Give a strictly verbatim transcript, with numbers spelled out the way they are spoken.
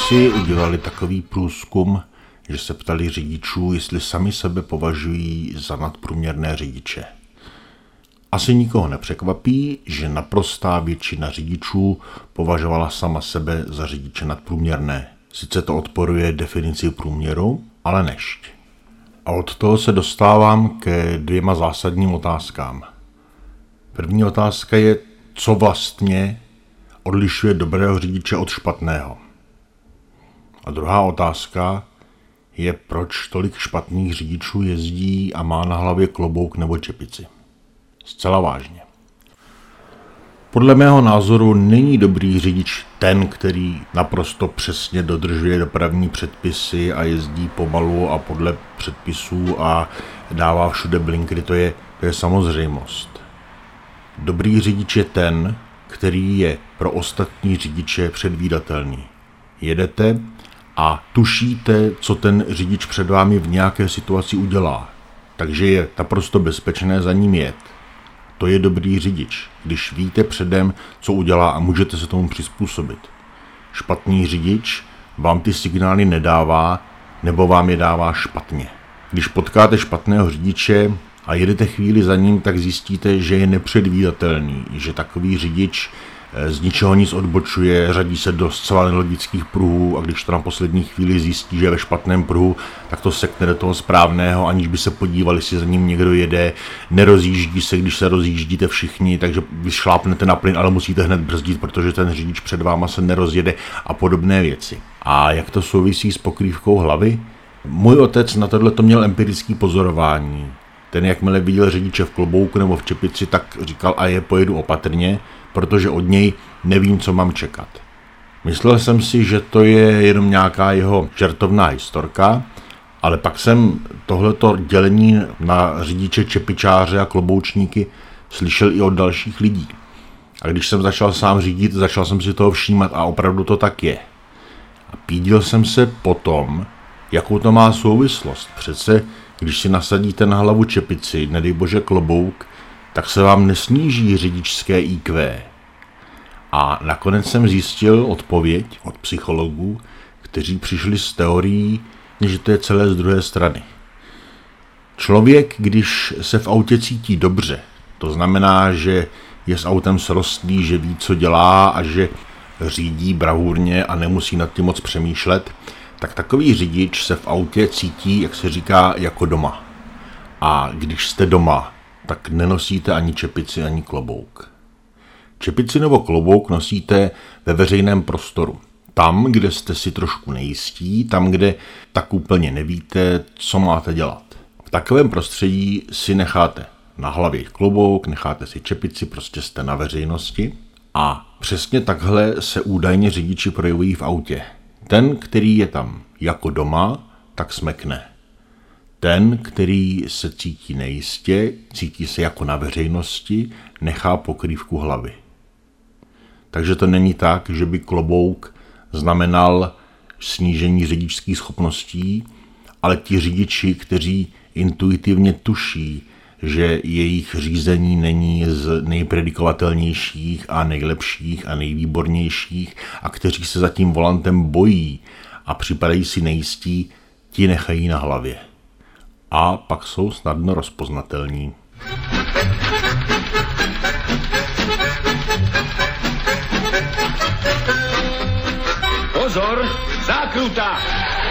si udělali takový průzkum, že se ptali řidičů, jestli sami sebe považují za nadprůměrné řidiče. Asi nikoho nepřekvapí, že naprostá většina řidičů považovala sama sebe za řidiče nadprůměrné. Sice to odporuje definici průměru, ale nešť. A od toho se dostávám ke dvěma zásadním otázkám. První otázka je, co vlastně odlišuje dobrého řidiče od špatného. A druhá otázka je, proč tolik špatných řidičů jezdí a má na hlavě klobouk nebo čepici. Zcela vážně. Podle mého názoru není dobrý řidič ten, který naprosto přesně dodržuje dopravní předpisy a jezdí pomalu a podle předpisů a dává všude blinkry, to je, to je samozřejmost. Dobrý řidič je ten, který je pro ostatní řidiče předvídatelný. Jedete a tušíte, co ten řidič před vámi v nějaké situaci udělá. Takže je naprosto bezpečné za ním jet. To je dobrý řidič, když víte předem, co udělá a můžete se tomu přizpůsobit. Špatný řidič vám ty signály nedává nebo vám je dává špatně. Když potkáte špatného řidiče a jedete chvíli za ním, tak zjistíte, že je nepředvídatelný, že takový řidič z ničeho nic odbočuje, řadí se do zcela nelogických pruhů a když to na poslední chvíli zjistí, že je ve špatném pruhu, tak to sekne do toho správného, aniž by se podívali, jestli za ním někdo jede, nerozjíždí se, když se rozjíždíte všichni, takže vy šlápnete na plyn, ale musíte hned brzdit, protože ten řidič před váma se nerozjede a podobné věci. A jak to souvisí s pokrývkou hlavy? Můj otec na tohle to měl empirické pozorování. Ten, jakmile viděl řidiče v klobouku nebo v čepici, tak říkal, a je, pojedu opatrně, protože od něj nevím, co mám čekat. Myslel jsem si, že to je jenom nějaká jeho čertovná historka, ale pak jsem tohleto dělení na řidiče, čepičáře a kloboučníky slyšel i od dalších lidí. A když jsem začal sám řídit, začal jsem si toho všímat a opravdu to tak je. A pídil jsem se potom, jakou to má souvislost. Přece, když si nasadíte na hlavu čepici, nedej bože klobouk, tak se vám nesníží řidičské í kvé. A nakonec jsem zjistil odpověď od psychologů, kteří přišli s teorií, že to je celé z druhé strany. Člověk, když se v autě cítí dobře, to znamená, že je s autem srostlý, že ví, co dělá a že řídí bravurně a nemusí nad tím moc přemýšlet, tak takový řidič se v autě cítí, jak se říká, jako doma. A když jste doma, tak nenosíte ani čepici, ani klobouk. Čepici nebo klobouk nosíte ve veřejném prostoru. Tam, kde jste si trošku nejistí, tam, kde tak úplně nevíte, co máte dělat. V takovém prostředí si necháte na hlavě klobouk, necháte si čepici, prostě jste na veřejnosti. A přesně takhle se údajně řidiči projevují v autě. Ten, který je tam jako doma, tak smekne. Ten, který se cítí nejistě, cítí se jako na veřejnosti, nechá pokrývku hlavy. Takže to není tak, že by klobouk znamenal snížení řidičských schopností, ale ti řidiči, kteří intuitivně tuší, že jejich řízení není z nejpredikovatelnějších a nejlepších a nejvýbornějších a kteří se za tím volantem bojí a připadají si nejistí, ti nechají na hlavě. A pak jsou snadno rozpoznatelní. Pozor, zákruta!